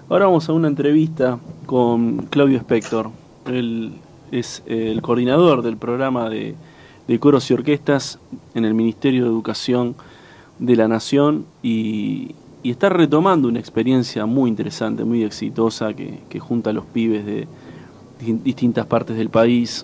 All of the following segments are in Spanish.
Ahora vamos a una entrevista con Claudio Spector. Él es el coordinador del programa de coros y orquestas en el Ministerio de Educación de la Nación y está retomando una experiencia muy interesante, muy exitosa que junta a los pibes de distintas partes del país,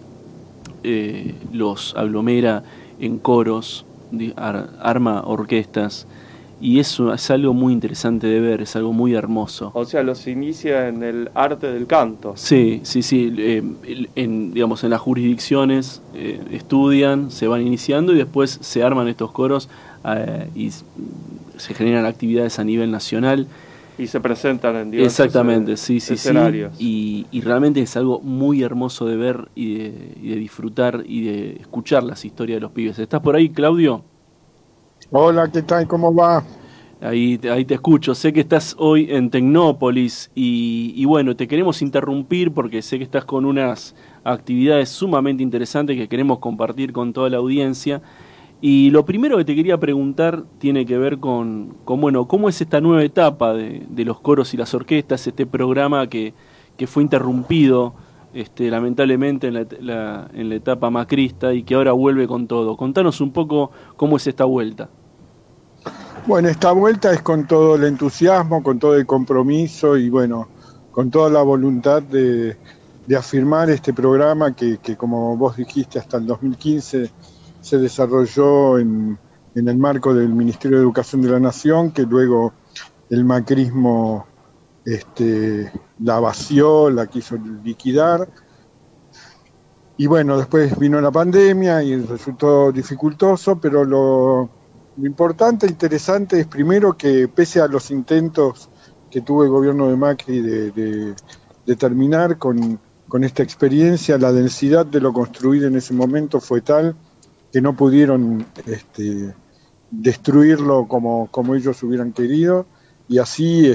los aglomera en coros, arma orquestas. Y eso es algo muy interesante de ver, es algo muy hermoso. O sea, los inicia en el arte del canto. Sí. Digamos, en las jurisdicciones estudian, se van iniciando y después se arman estos coros y se generan actividades a nivel nacional. Y se presentan en diversos escenarios. Y realmente es algo muy hermoso de ver y de disfrutar y de escuchar las historias de los pibes. ¿Estás por ahí, Claudio? Hola, ¿qué tal? ¿Cómo va? Ahí te escucho. Sé que estás hoy en Tecnópolis y bueno, te queremos interrumpir porque sé que estás con unas actividades sumamente interesantes que queremos compartir con toda la audiencia. Y lo primero que te quería preguntar tiene que ver con bueno, ¿cómo es esta nueva etapa de los coros y las orquestas, este programa que fue interrumpido lamentablemente en la etapa macrista y que ahora vuelve con todo? Contanos un poco cómo es esta vuelta. Bueno, esta vuelta es con todo el entusiasmo, con todo el compromiso y bueno, con toda la voluntad de afirmar este programa que como vos dijiste hasta el 2015 se desarrolló en el marco del Ministerio de Educación de la Nación, que luego el macrismo la vació, la quiso liquidar. Y bueno, después vino la pandemia y resultó dificultoso, pero lo importante e interesante es primero que pese a los intentos que tuvo el gobierno de Macri de terminar con esta experiencia, la densidad de lo construido en ese momento fue tal que no pudieron destruirlo como ellos hubieran querido, y así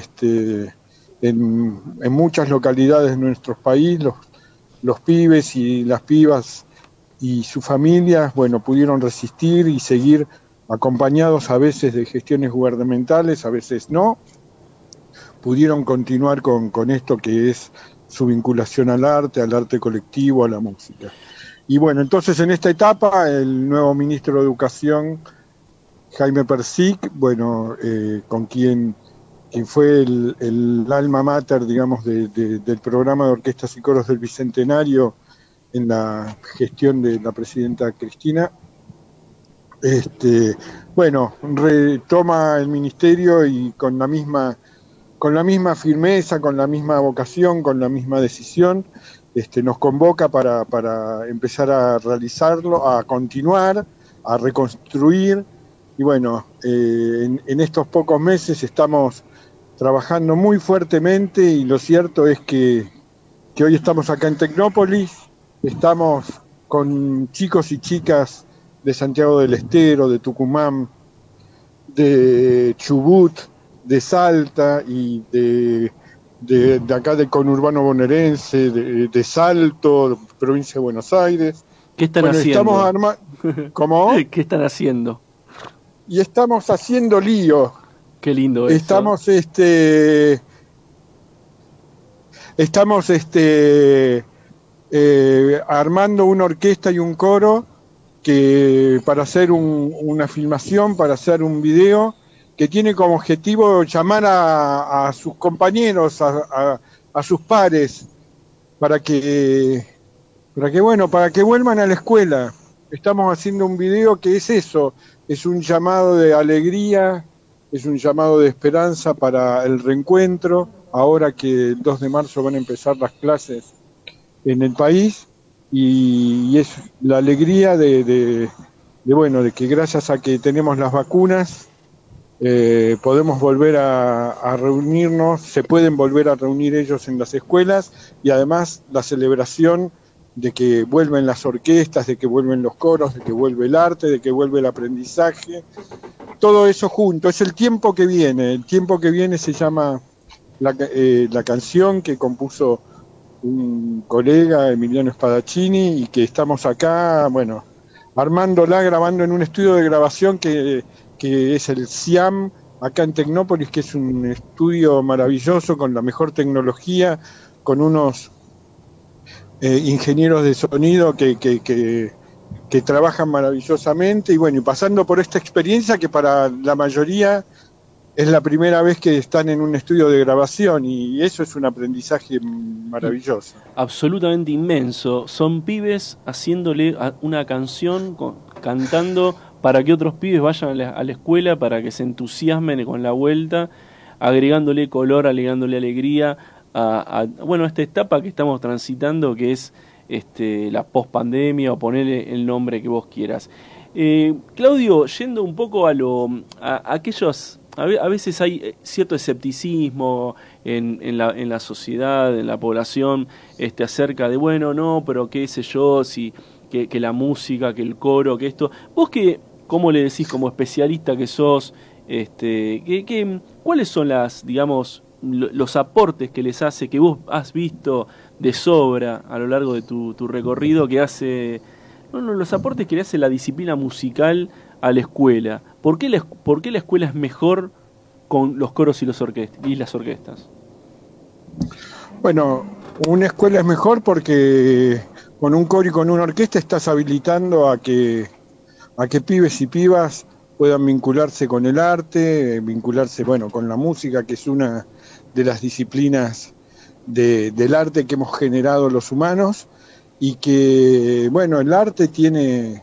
en muchas localidades de nuestro país los pibes y las pibas y sus familias, bueno, pudieron resistir y seguir acompañados a veces de gestiones gubernamentales, a veces no, pudieron continuar con esto que es su vinculación al arte colectivo, a la música. Y bueno, entonces en esta etapa el nuevo ministro de Educación, Jaime Persic, bueno, con quien fue el alma mater, digamos, del programa de orquestas y coros del Bicentenario en la gestión de la presidenta Cristina, bueno, retoma el ministerio y con la misma firmeza, con la misma vocación, con la misma decisión, nos convoca para empezar a realizarlo, a continuar, a reconstruir. Y bueno, en estos pocos meses estamos trabajando muy fuertemente y lo cierto es que hoy estamos acá en Tecnópolis, estamos con chicos y chicas de Santiago del Estero, de Tucumán, de Chubut, de Salta y de acá del conurbano bonaerense, de Salto, provincia de Buenos Aires. ¿Qué están haciendo? ¿Cómo? ¿Qué están haciendo? Y estamos haciendo lío. Qué lindo eso. Estamos armando una orquesta y un coro que para hacer una filmación, para hacer un video que tiene como objetivo llamar a sus compañeros, a sus pares, para que vuelvan a la escuela. Estamos haciendo un video que es eso, es un llamado de alegría, es un llamado de esperanza para el reencuentro, ahora que el 2 de marzo van a empezar las clases en el país, y es la alegría de que gracias a que tenemos las vacunas podemos volver a reunirnos, se pueden volver a reunir ellos en las escuelas, y además la celebración de que vuelven las orquestas, de que vuelven los coros, de que vuelve el arte, de que vuelve el aprendizaje, todo eso junto. Es el tiempo que viene se llama la canción que compuso un colega, Emiliano Spadaccini, y que estamos acá, armándola, grabando en un estudio de grabación que es el CIAM acá en Tecnópolis, que es un estudio maravilloso con la mejor tecnología, con unos ingenieros de sonido que trabajan maravillosamente, y bueno, y pasando por esta experiencia que para la mayoría es la primera vez que están en un estudio de grabación, y eso es un aprendizaje maravilloso. Absolutamente inmenso. Son pibes haciéndole una canción, cantando para que otros pibes vayan a la escuela, para que se entusiasmen con la vuelta, agregándole color, agregándole alegría a esta etapa que estamos transitando, que es la pospandemia, o ponerle el nombre que vos quieras. Claudio, yendo un poco a aquellos... A veces hay cierto escepticismo en la sociedad, en la población, acerca de, pero qué sé yo, que la música, que el coro, que esto... Vos, ¿cómo le decís como especialista que sos? ¿Cuáles son los aportes que les hace, que vos has visto de sobra a lo largo de tu recorrido, que hace... los aportes que le hace la disciplina musical a la escuela? ¿Por qué la escuela es mejor con los coros y las orquestas? Bueno, una escuela es mejor porque con un coro y con una orquesta estás habilitando a que pibes y pibas puedan vincularse con el arte, vincularse con la música, que es una de las disciplinas del arte que hemos generado los humanos, y que el arte tiene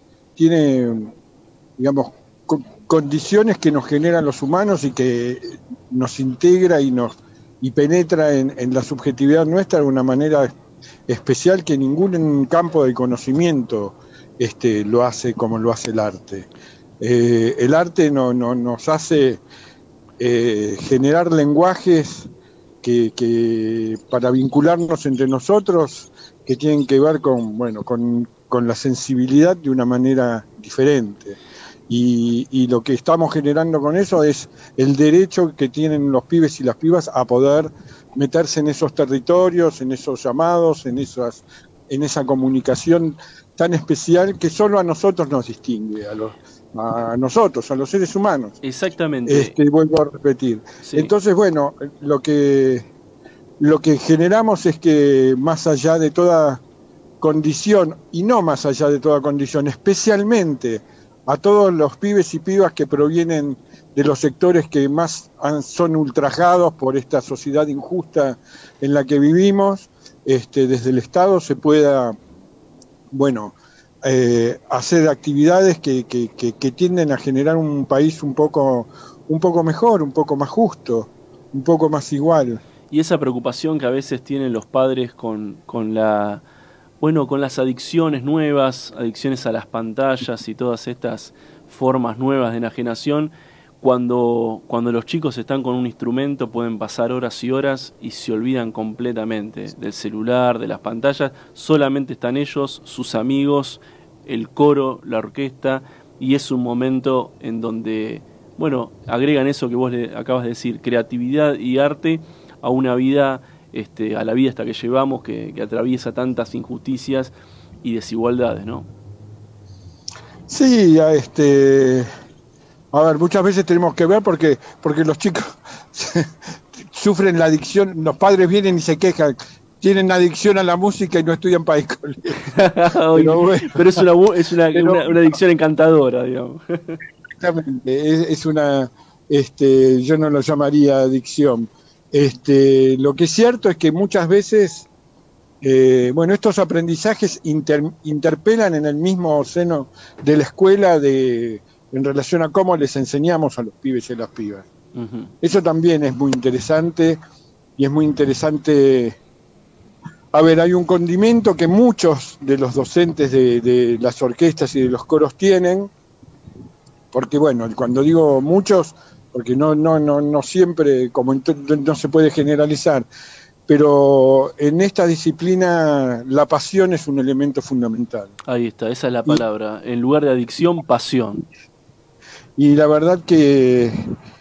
digamos, condiciones que nos generan los humanos y que nos integra y penetra en la subjetividad nuestra de una manera especial que ningún campo del conocimiento lo hace como lo hace el arte. El arte nos hace generar lenguajes que para vincularnos entre nosotros, que tienen que ver con la sensibilidad de una manera diferente. Y lo que estamos generando con eso es el derecho que tienen los pibes y las pibas a poder meterse en esos territorios, en esos llamados, en esa comunicación tan especial que solo a nosotros nos distingue, a los seres humanos. Exactamente. Vuelvo a repetir. Sí. Entonces, lo que generamos es que más allá de toda condición, y no más allá de toda condición, especialmente a todos los pibes y pibas que provienen de los sectores que más son ultrajados por esta sociedad injusta en la que vivimos, desde el Estado se pueda, hacer actividades que tienden a generar un país un poco mejor, un poco más justo, un poco más igual. Y esa preocupación que a veces tienen los padres con las adicciones nuevas, adicciones a las pantallas y todas estas formas nuevas de enajenación, cuando los chicos están con un instrumento pueden pasar horas y horas y se olvidan completamente del celular, de las pantallas, solamente están ellos, sus amigos, el coro, la orquesta, y es un momento en donde, agregan eso que vos le acabas de decir, creatividad y arte a una vida, a la vida esta que llevamos, que atraviesa tantas injusticias y desigualdades, ¿no? Sí, muchas veces tenemos que ver porque los chicos sufren la adicción, los padres vienen y se quejan, tienen adicción a la música y no estudian para el colegio. Pero es una adicción encantadora, digamos. Exactamente, es una, yo no lo llamaría adicción. Lo que es cierto es que muchas veces, estos aprendizajes interpelan en el mismo seno de la escuela en relación a cómo les enseñamos a los pibes y a las pibas. Uh-huh. Eso también es muy interesante, y es muy interesante. Hay un condimento que muchos de los docentes de las orquestas y de los coros tienen, porque cuando digo muchos, porque no siempre, como no se puede generalizar, pero en esta disciplina la pasión es un elemento fundamental. Ahí está, esa es la palabra, en lugar de adicción, pasión. Y la verdad que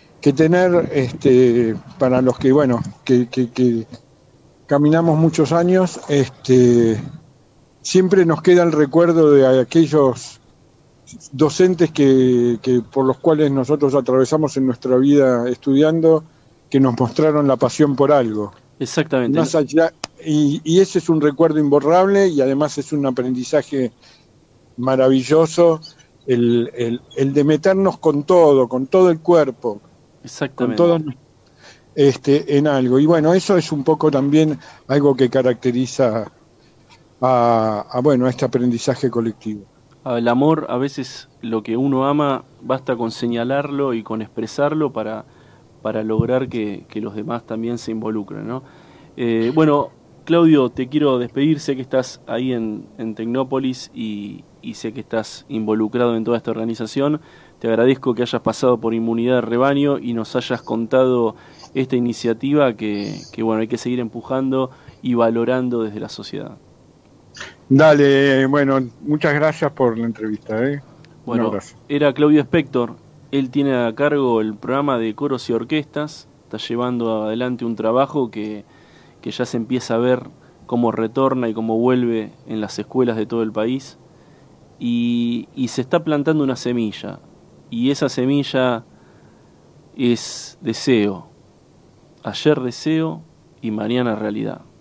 tener, para los que caminamos muchos años, siempre nos queda el recuerdo de aquellos docentes que por los cuales nosotros atravesamos en nuestra vida estudiando, que nos mostraron la pasión por algo. Exactamente. Más allá, y ese es un recuerdo imborrable y además es un aprendizaje maravilloso, el de meternos con todo el cuerpo, exactamente, con todo en algo. Y bueno, eso es un poco también algo que caracteriza a este aprendizaje colectivo. El amor, a veces lo que uno ama, basta con señalarlo y con expresarlo para lograr que los demás también se involucren, ¿no? Bueno, Claudio, te quiero despedir, sé que estás ahí en Tecnópolis y sé que estás involucrado en toda esta organización. Te agradezco que hayas pasado por Inmunidad de Rebaño y nos hayas contado esta iniciativa que bueno, hay que seguir empujando y valorando desde la sociedad. Dale, bueno, muchas gracias por la entrevista. Bueno, era Claudio Spector, él tiene a cargo el programa de coros y orquestas, está llevando adelante un trabajo que ya se empieza a ver cómo retorna y cómo vuelve en las escuelas de todo el país, y se está plantando una semilla, y esa semilla es deseo, ayer deseo y mañana realidad.